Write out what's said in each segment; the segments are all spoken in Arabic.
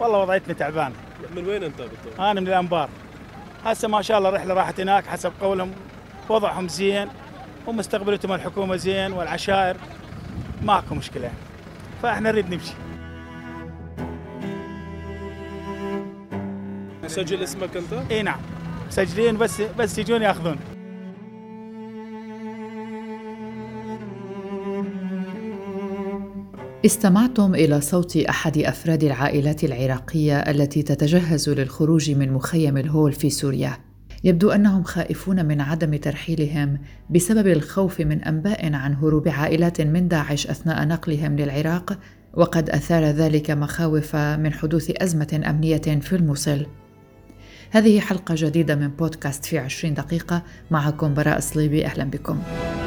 والله وضعيتنا تعبانة. من وين أنت بالضبط؟ أنا من الأنبار. هسه ما شاء الله رحلة راحت هناك حسب قولهم، وضعهم زين ومستقبلتهم الحكومة زين والعشائر ماكو مشكلة، فإحنا نريد نمشي. سجل اسمك أنت؟ إيه نعم مسجلين، بس يجون ياخذون. استمعتم إلى صوت أحد أفراد العائلات العراقية التي تتجهز للخروج من مخيم الهول في سوريا. يبدو أنهم خائفون من عدم ترحيلهم بسبب الخوف من أنباء عن هروب عائلات من داعش أثناء نقلهم للعراق، وقد أثار ذلك مخاوف من حدوث أزمة أمنية في الموصل. هذه حلقة جديدة من بودكاست في 20 دقيقة، معكم براء صليبي، أهلا بكم.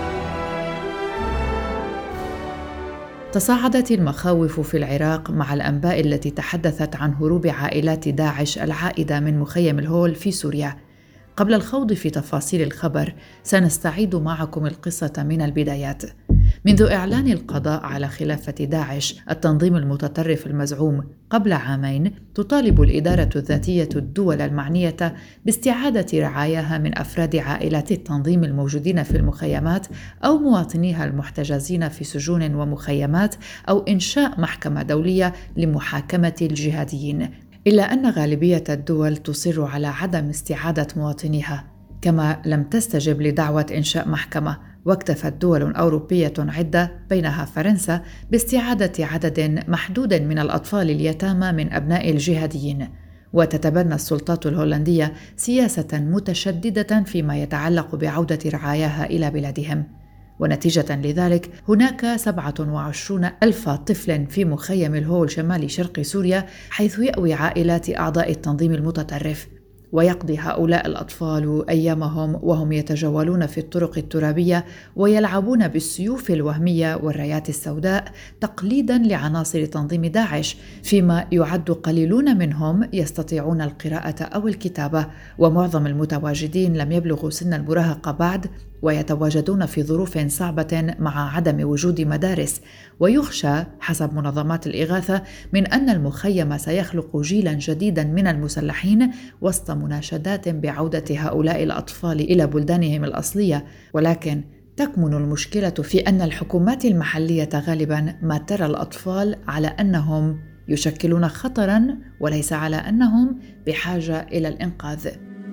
تصاعدت المخاوف في العراق مع الأنباء التي تحدثت عن هروب عائلات داعش العائدة من مخيم الهول في سوريا. قبل الخوض في تفاصيل الخبر، سنستعيد معكم القصة من البدايات. منذ إعلان القضاء على خلافة داعش، التنظيم المتطرف المزعوم، قبل عامين، تطالب الإدارة الذاتية الدول المعنية باستعادة رعاياها من أفراد عائلات التنظيم الموجودين في المخيمات أو مواطنيها المحتجزين في سجون ومخيمات، أو إنشاء محكمة دولية لمحاكمة الجهاديين. إلا أن غالبية الدول تصر على عدم استعادة مواطنيها، كما لم تستجب لدعوة إنشاء محكمة، واكتفت دول أوروبية عدة بينها فرنسا باستعادة عدد محدود من الأطفال اليتامى من أبناء الجهاديين. وتتبنى السلطات الهولندية سياسة متشددة فيما يتعلق بعودة رعاياها إلى بلادهم، ونتيجة لذلك هناك 27,000 طفل في مخيم الهول شمال شرق سوريا، حيث يأوي عائلات أعضاء التنظيم المتطرف. ويقضي هؤلاء الأطفال أيامهم وهم يتجولون في الطرق الترابية ويلعبون بالسيوف الوهمية والرايات السوداء تقليداً لعناصر تنظيم داعش، فيما يعد قليلون منهم يستطيعون القراءة أو الكتابة، ومعظم المتواجدين لم يبلغوا سن المراهقة بعد، ويتواجدون في ظروف صعبة مع عدم وجود مدارس. ويخشى حسب منظمات الإغاثة من أن المخيم سيخلق جيلاً جديداً من المسلحين وسط مناشدات بعودة هؤلاء الأطفال إلى بلدانهم الأصلية. ولكن تكمن المشكلة في أن الحكومات المحلية غالباً ما ترى الأطفال على أنهم يشكلون خطراً، وليس على أنهم بحاجة إلى الإنقاذ.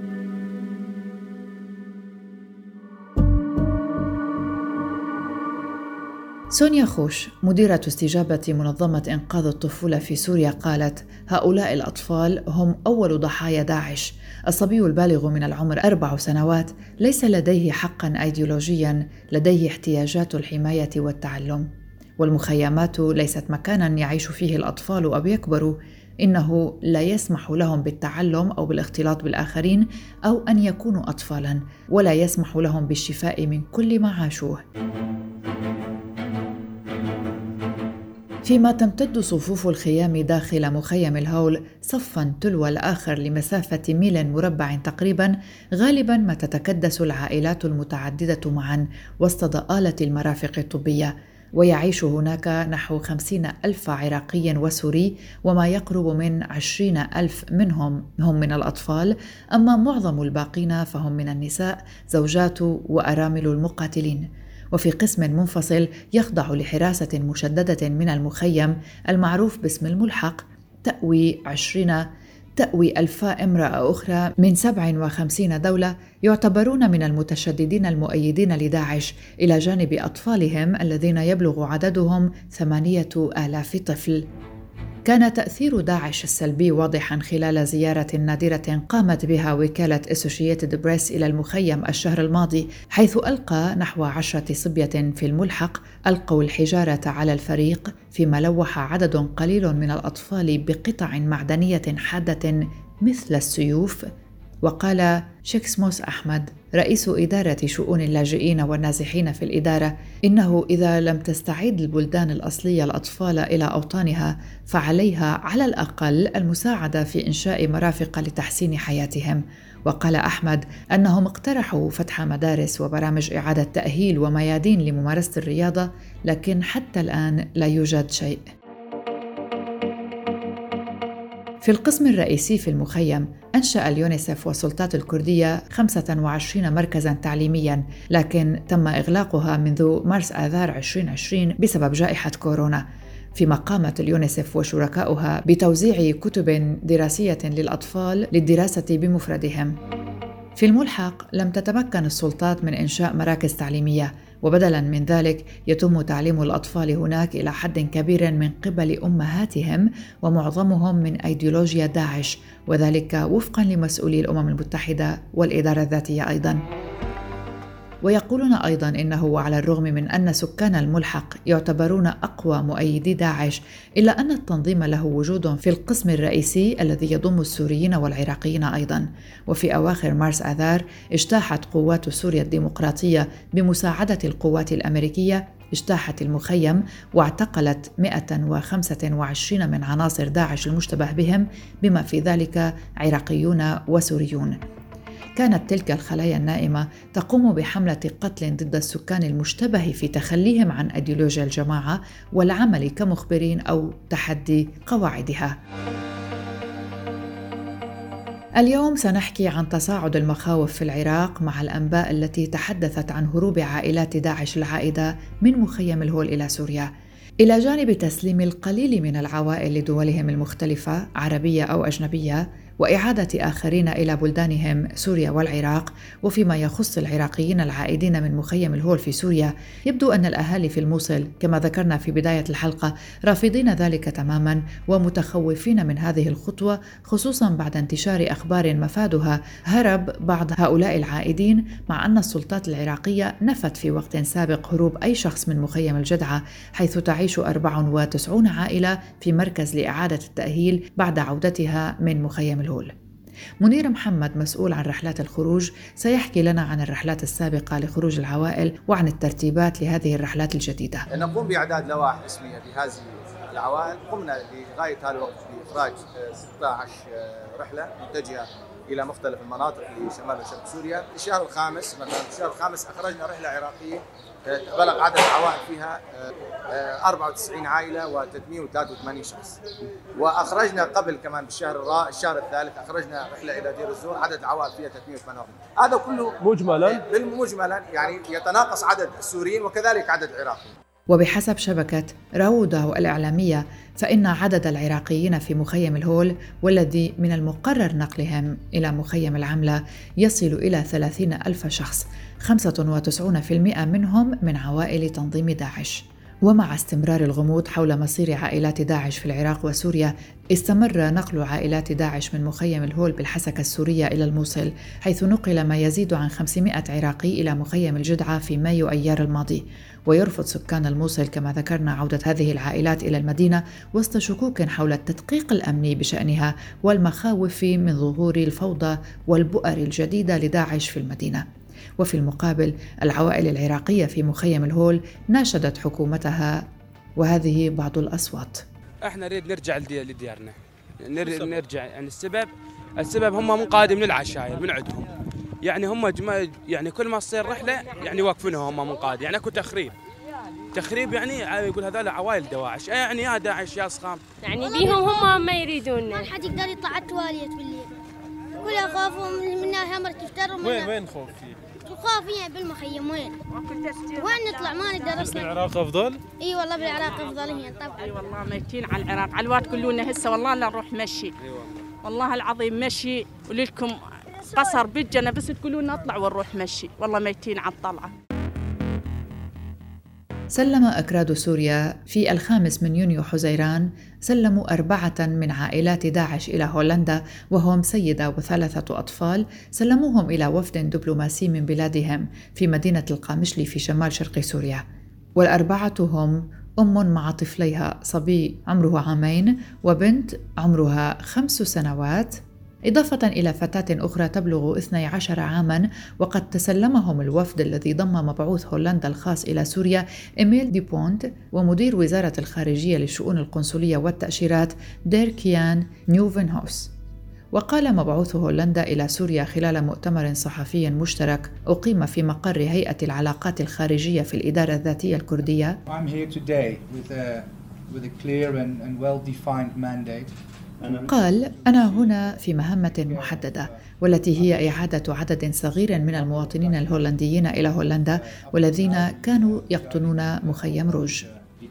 سونيا خوش، مديرة استجابة منظمة إنقاذ الطفولة في سوريا، قالت: هؤلاء الأطفال هم أول ضحايا داعش. الصبي البالغ من العمر 4 سنوات ليس لديه حقاً أيديولوجياً، لديه احتياجات الحماية والتعلم. والمخيمات ليست مكاناً يعيش فيه الأطفال أو يكبروا، إنه لا يسمح لهم بالتعلم أو بالاختلاط بالآخرين أو أن يكونوا أطفالاً، ولا يسمح لهم بالشفاء من كل ما عاشوه. فيما تمتد صفوف الخيام داخل مخيم الهول صفاً تلو الآخر لمسافة 1 ميل مربع تقريباً، غالباً ما تتكدس العائلات المتعددة معاً وسط ضآلة المرافق الطبية. ويعيش هناك نحو 50,000 عراقي وسوري، وما يقرب من 20,000 منهم هم من الأطفال، أما معظم الباقين فهم من النساء، زوجات وأرامل المقاتلين. وفي قسم منفصل يخضع لحراسة مشددة من المخيم المعروف باسم الملحق تأوي 1000 امرأة أخرى من 57 دولة يعتبرون من المتشددين المؤيدين لداعش، إلى جانب أطفالهم الذين يبلغ عددهم 8,000 طفل. كان تأثير داعش السلبي واضحاً خلال زيارة نادرة قامت بها وكالة أسوشيتد بريس إلى المخيم الشهر الماضي، حيث ألقى نحو 10 صبية في الملحق ألقوا الحجارة على الفريق، فيما لوح عدد قليل من الأطفال بقطع معدنية حادة مثل السيوف. وقال شيكسموس أحمد، رئيس إدارة شؤون اللاجئين والنازحين في الإدارة، إنه إذا لم تستعيد البلدان الأصلية الأطفال إلى أوطانها، فعليها على الأقل المساعدة في إنشاء مرافق لتحسين حياتهم. وقال أحمد أنهم اقترحوا فتح مدارس وبرامج إعادة تأهيل وميادين لممارسة الرياضة، لكن حتى الآن لا يوجد شيء. في القسم الرئيسي في المخيم أنشأ اليونيسف والسلطات الكردية 25 مركزاً تعليمياً، لكن تم إغلاقها منذ مارس آذار 2020 بسبب جائحة كورونا، فيما قامت اليونيسف وشركاؤها بتوزيع كتب دراسية للأطفال للدراسة بمفردهم. في الملحق لم تتمكن السلطات من إنشاء مراكز تعليمية، وبدلاً من ذلك يتم تعليم الأطفال هناك إلى حد كبير من قبل أمهاتهم، ومعظمهم من أيديولوجيا داعش، وذلك وفقاً لمسؤولي الأمم المتحدة والإدارة الذاتية أيضاً. ويقولون أيضاً إنه وعلى الرغم من أن سكان الملحق يعتبرون أقوى مؤيدي داعش، إلا أن التنظيم له وجود في القسم الرئيسي الذي يضم السوريين والعراقيين أيضاً. وفي أواخر مارس آذار اجتاحت قوات سوريا الديمقراطية بمساعدة القوات الأمريكية اجتاحت المخيم واعتقلت 125 من عناصر داعش المشتبه بهم، بما في ذلك عراقيون وسوريون. كانت تلك الخلايا النائمة تقوم بحملة قتل ضد السكان المشتبه في تخليهم عن أيديولوجيا الجماعة والعمل كمخبرين أو تحدي قواعدها. اليوم سنحكي عن تصاعد المخاوف في العراق مع الأنباء التي تحدثت عن هروب عائلات داعش العائدة من مخيم الهول إلى سوريا، إلى جانب تسليم القليل من العوائل لدولهم المختلفة عربية أو أجنبية، وإعادة آخرين إلى بلدانهم سوريا والعراق. وفيما يخص العراقيين العائدين من مخيم الهول في سوريا، يبدو أن الأهالي في الموصل كما ذكرنا في بداية الحلقة رافضين ذلك تماماً ومتخوفين من هذه الخطوة، خصوصاً بعد انتشار أخبار مفادها هرب بعض هؤلاء العائدين، مع أن السلطات العراقية نفت في وقت سابق هروب أي شخص من مخيم الجدعة، حيث تعيش 94 عائلة في مركز لإعادة التأهيل بعد عودتها من مخيم الهول. منير محمد مسؤول عن رحلات الخروج سيحكي لنا عن الرحلات السابقة لخروج العوائل وعن الترتيبات لهذه الرحلات الجديدة. نقوم بإعداد لوائح اسمية لهذه العوائل. قمنا لغاية هذا الوقت بإخراج 16 رحلة متجهة إلى مختلف المناطق في شمال وشرق سوريا. الشهر الخامس أخرجنا رحلة عراقية بلغ عدد العوائل فيها 94 عائلة و383 شخص. وأخرجنا قبل كمان بالشهر الثالث أخرجنا رحلة إلى دير الزور عدد العوائل فيها 388. هذا كله مجملا يعني يتناقص عدد السوريين وكذلك عدد العراقيين. وبحسب شبكة راودة الإعلامية، فإن عدد العراقيين في مخيم الهول والذي من المقرر نقلهم إلى مخيم العملة يصل إلى 30,000 شخص، 95% منهم من عوائل تنظيم داعش. ومع استمرار الغموض حول مصير عائلات داعش في العراق وسوريا، استمر نقل عائلات داعش من مخيم الهول بالحسكة السورية إلى الموصل، حيث نقل ما يزيد عن 500 عراقي إلى مخيم الجدعة في مايو أيار الماضي. ويرفض سكان الموصل كما ذكرنا عودة هذه العائلات إلى المدينة وسط شكوك حول التدقيق الأمني بشأنها والمخاوف من ظهور الفوضى والبؤر الجديدة لداعش في المدينة. وفي المقابل العوائل العراقية في مخيم الهول ناشدت حكومتها، وهذه بعض الأصوات. احنا نريد نرجع لديارنا، نرجع. يعني السبب هم منقادين من العشائر من عندهم، يعني هم يعني كل ما تصير رحلة يعني يوقفونها هم منقاد، يعني اكو تخريب يعني يقول هذول عوائل دواعش، يعني يا داعش يا صخام، يعني بيهم هم ما يريدون. ما حد يقدر يطلع على التواليت بالليل، كلها خوفهم منها همر تفتر. وين خوف فيه؟ الخوف يعني بالمخيم. وين نطلع ما نقدر. بس بالعراق افضل؟ اي والله بالعراق افضل هي طبعا. اي والله ميتين على العراق، على الواد كلنا هسه والله لا نروح مشي. والله العظيم مشي ولكم قصر بجنا بس تقولون نطلع ونروح مشي، والله ميتين على الطلعه. سلم أكراد سوريا في 5 يونيو حزيران سلموا 4 من عائلات داعش إلى هولندا، وهم سيدة و3 أطفال، سلموهم إلى وفد دبلوماسي من بلادهم في مدينة القامشلي في شمال شرق سوريا. وال4 هم أم مع طفليها، صبي عمره 2 عام وبنت عمرها 5 سنوات، إضافة إلى فتاة أخرى تبلغ 12 عاماً. وقد تسلمهم الوفد الذي ضم مبعوث هولندا الخاص إلى سوريا إيميل دي بونت ومدير وزارة الخارجية للشؤون القنصلية والتأشيرات ديركيان نيوفنهوس. وقال مبعوث هولندا إلى سوريا خلال مؤتمر صحفي مشترك أقيم في مقر هيئة العلاقات الخارجية في الإدارة الذاتية الكردية: I'm here today with a clear and well-defined mandate قال: أنا هنا في مهمة محددة، والتي هي إعادة عدد صغير من المواطنين الهولنديين إلى هولندا والذين كانوا يقطنون مخيم روج.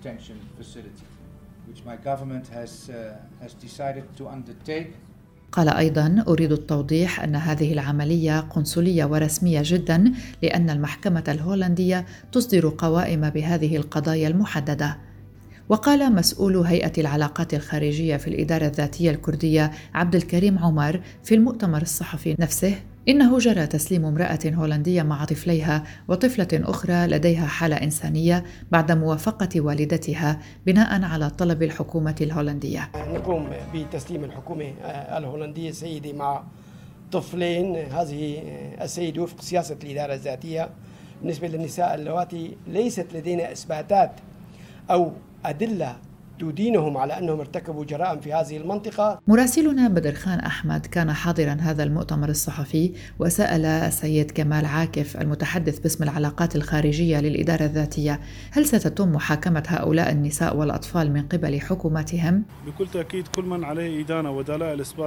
قال أيضاً: أريد التوضيح أن هذه العملية قنصلية ورسمية جداً، لأن المحكمة الهولندية تصدر قوائم بهذه القضايا المحددة. وقال مسؤول هيئة العلاقات الخارجية في الإدارة الذاتية الكردية عبد الكريم عمر في المؤتمر الصحفي نفسه إنه جرى تسليم امرأة هولندية مع طفليها وطفلة أخرى لديها حالة إنسانية بعد موافقة والدتها بناء على طلب الحكومة الهولندية. نقوم بتسليم الحكومة الهولندية سيدي مع طفلين. هذه السيدة وفق سياسة الإدارة الذاتية بالنسبة للنساء اللواتي ليست لدينا إثباتات أو أدلة تدينهم على أنهم ارتكبوا جرائم في هذه المنطقة. مراسلنا بدر خان أحمد كان حاضراً هذا المؤتمر الصحفي، وسأل السيد كمال عاكف المتحدث باسم العلاقات الخارجية للإدارة الذاتية: هل ستتم محاكمة هؤلاء النساء والأطفال من قبل حكوماتهم؟ بكل تأكيد كل من عليه إدانة ودلائل إثبات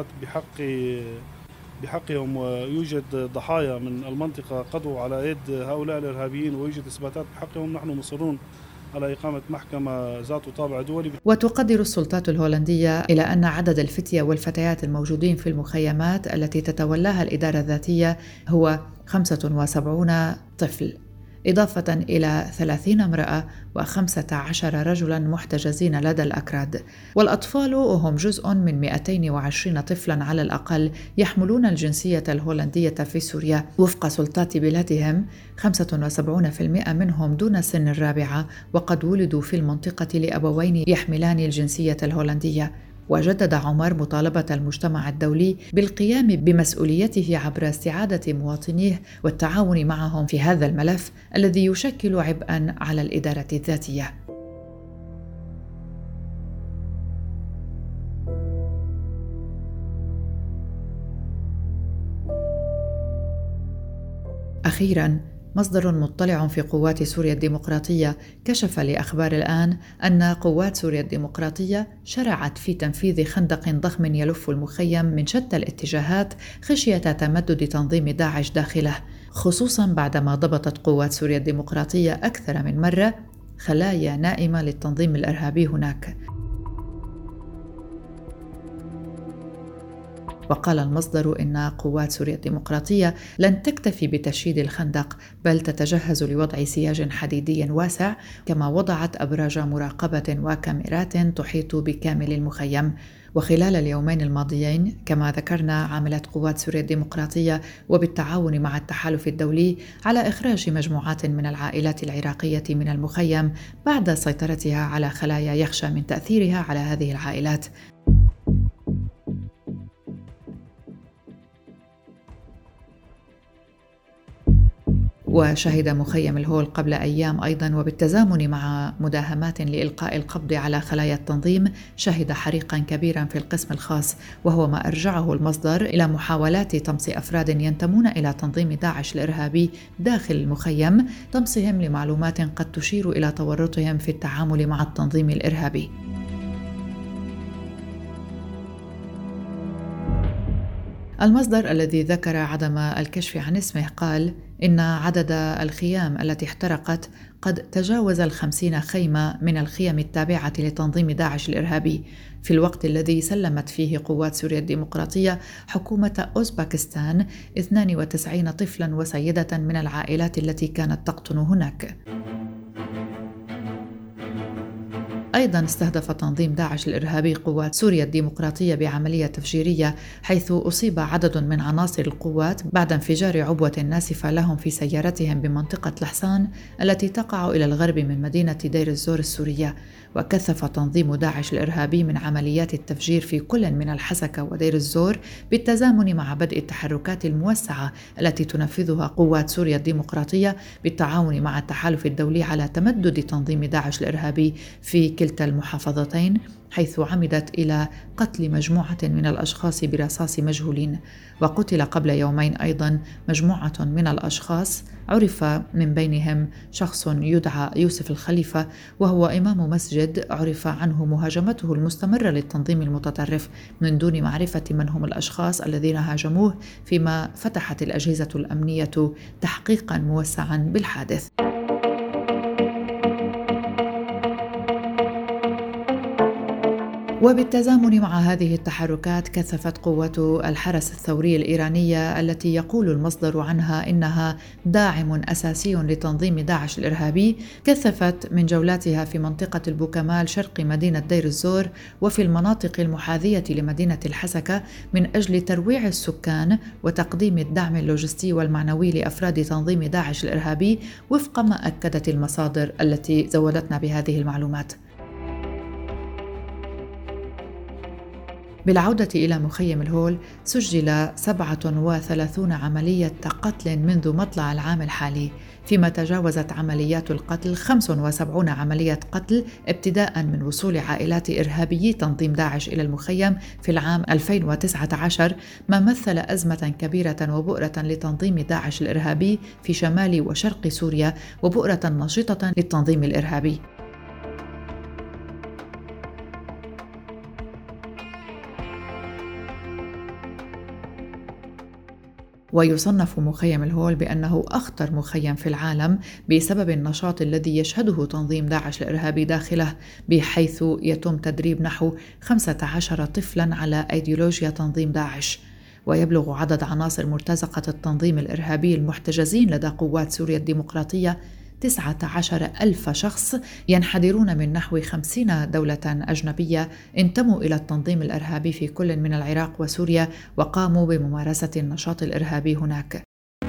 بحقهم، ويوجد ضحايا من المنطقة قضوا على يد هؤلاء الإرهابيين ويوجد إثباتات بحقهم، نحن مصرون على إقامة محكمة ذات طابع دولي. وتقدر السلطات الهولندية إلى أن عدد الفتية والفتيات الموجودين في المخيمات التي تتولاها الإدارة الذاتية هو 75 طفل، إضافة إلى 30 امرأة و15 رجلاً محتجزين لدى الأكراد. والأطفال هم جزء من 220 طفلاً على الأقل يحملون الجنسية الهولندية في سوريا. وفق سلطات بلادهم 75% منهم دون سن 4 وقد ولدوا في المنطقة لأبوين يحملان الجنسية الهولندية. وجدد عمر مطالبة المجتمع الدولي بالقيام بمسؤوليته عبر استعادة مواطنيه والتعاون معهم في هذا الملف الذي يشكل عبئاً على الإدارة الذاتية. أخيراً، مصدر مطلع في قوات سوريا الديمقراطية كشف لأخبار الآن أن قوات سوريا الديمقراطية شرعت في تنفيذ خندق ضخم يلف المخيم من شتى الاتجاهات خشية تمدد تنظيم داعش داخله، خصوصاً بعدما ضبطت قوات سوريا الديمقراطية أكثر من مرة خلايا نائمة للتنظيم الإرهابي هناك. وقال المصدر إن قوات سوريا الديمقراطية لن تكتفي بتشييد الخندق، بل تتجهز لوضع سياج حديدي واسع، كما وضعت أبراج مراقبة وكاميرات تحيط بكامل المخيم. وخلال اليومين الماضيين كما ذكرنا عملت قوات سوريا الديمقراطية وبالتعاون مع التحالف الدولي على إخراج مجموعات من العائلات العراقية من المخيم بعد سيطرتها على خلايا يخشى من تأثيرها على هذه العائلات. وشهد مخيم الهول قبل أيام أيضاً وبالتزامن مع مداهمات لإلقاء القبض على خلايا التنظيم شهد حريقاً كبيراً في القسم الخاص، وهو ما أرجعه المصدر إلى محاولات طمس أفراد ينتمون إلى تنظيم داعش الإرهابي داخل المخيم، طمسهم لمعلومات قد تشير إلى تورطهم في التعامل مع التنظيم الإرهابي. المصدر الذي ذكر عدم الكشف عن اسمه قال إن عدد الخيام التي احترقت قد تجاوز 50 خيمة من الخيم التابعة لتنظيم داعش الإرهابي، في الوقت الذي سلمت فيه قوات سوريا الديمقراطية حكومة أوزباكستان 92 طفلاً وسيدة من العائلات التي كانت تقطن هناك. أيضاً استهدف تنظيم داعش الإرهابي قوات سوريا الديمقراطية بعملية تفجيرية، حيث أصيب عدد من عناصر القوات بعد انفجار عبوة ناسفة لهم في سيارتهم بمنطقة لحسان التي تقع إلى الغرب من مدينة دير الزور السورية. وكثف تنظيم داعش الإرهابي من عمليات التفجير في كل من الحسكة ودير الزور بالتزامن مع بدء التحركات الموسعة التي تنفذها قوات سوريا الديمقراطية بالتعاون مع التحالف الدولي على تمدد تنظيم داعش الإرهابي في كلتا المحافظتين، حيث عمدت إلى قتل مجموعة من الأشخاص برصاص مجهولين. وقتل قبل يومين أيضا مجموعة من الأشخاص عرف من بينهم شخص يدعى يوسف الخليفة، وهو إمام مسجد عرف عنه مهاجمته المستمرة للتنظيم المتطرف من دون معرفة من هم الأشخاص الذين هاجموه، فيما فتحت الأجهزة الأمنية تحقيقا موسعا بالحادث. وبالتزامن مع هذه التحركات كثفت قوة الحرس الثوري الإيرانية التي يقول المصدر عنها إنها داعم أساسي لتنظيم داعش الإرهابي، كثفت من جولاتها في منطقة البوكمال شرق مدينة دير الزور وفي المناطق المحاذية لمدينة الحسكة من أجل ترويع السكان وتقديم الدعم اللوجستي والمعنوي لأفراد تنظيم داعش الإرهابي، وفق ما أكدت المصادر التي زودتنا بهذه المعلومات. بالعودة إلى مخيم الهول، سجل 37 عملية قتل منذ مطلع العام الحالي، فيما تجاوزت عمليات القتل 75 عملية قتل ابتداء من وصول عائلات إرهابيي تنظيم داعش إلى المخيم في العام 2019، ما مثل أزمة كبيرة وبؤرة لتنظيم داعش الإرهابي في شمال وشرق سوريا، وبؤرة نشطة للتنظيم الإرهابي. ويصنف مخيم الهول بأنه أخطر مخيم في العالم بسبب النشاط الذي يشهده تنظيم داعش الإرهابي داخله، بحيث يتم تدريب نحو 15 طفلاً على أيديولوجيا تنظيم داعش. ويبلغ عدد عناصر مرتزقة التنظيم الإرهابي المحتجزين لدى قوات سوريا الديمقراطية 19,000 شخص، ينحدرون من نحو 50 دولة أجنبية انتموا إلى التنظيم الإرهابي في كل من العراق وسوريا وقاموا بممارسة النشاط الإرهابي هناك.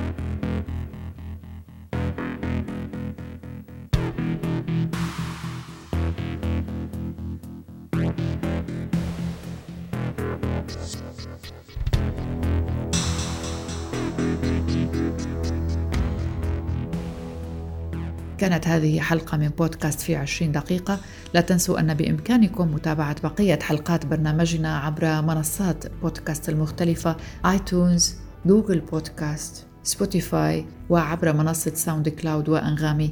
كانت هذه حلقة من بودكاست في 20 دقيقة. لا تنسوا أن بإمكانكم متابعة بقية حلقات برنامجنا عبر منصات بودكاست المختلفة: آيتونز، جوجل بودكاست، سبوتيفاي، وعبر منصة ساوند كلاود وأنغامي.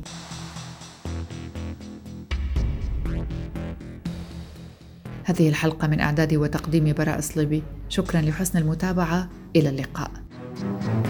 هذه الحلقة من إعداد وتقديم براء صليبي. شكرا لحسن المتابعة، إلى اللقاء.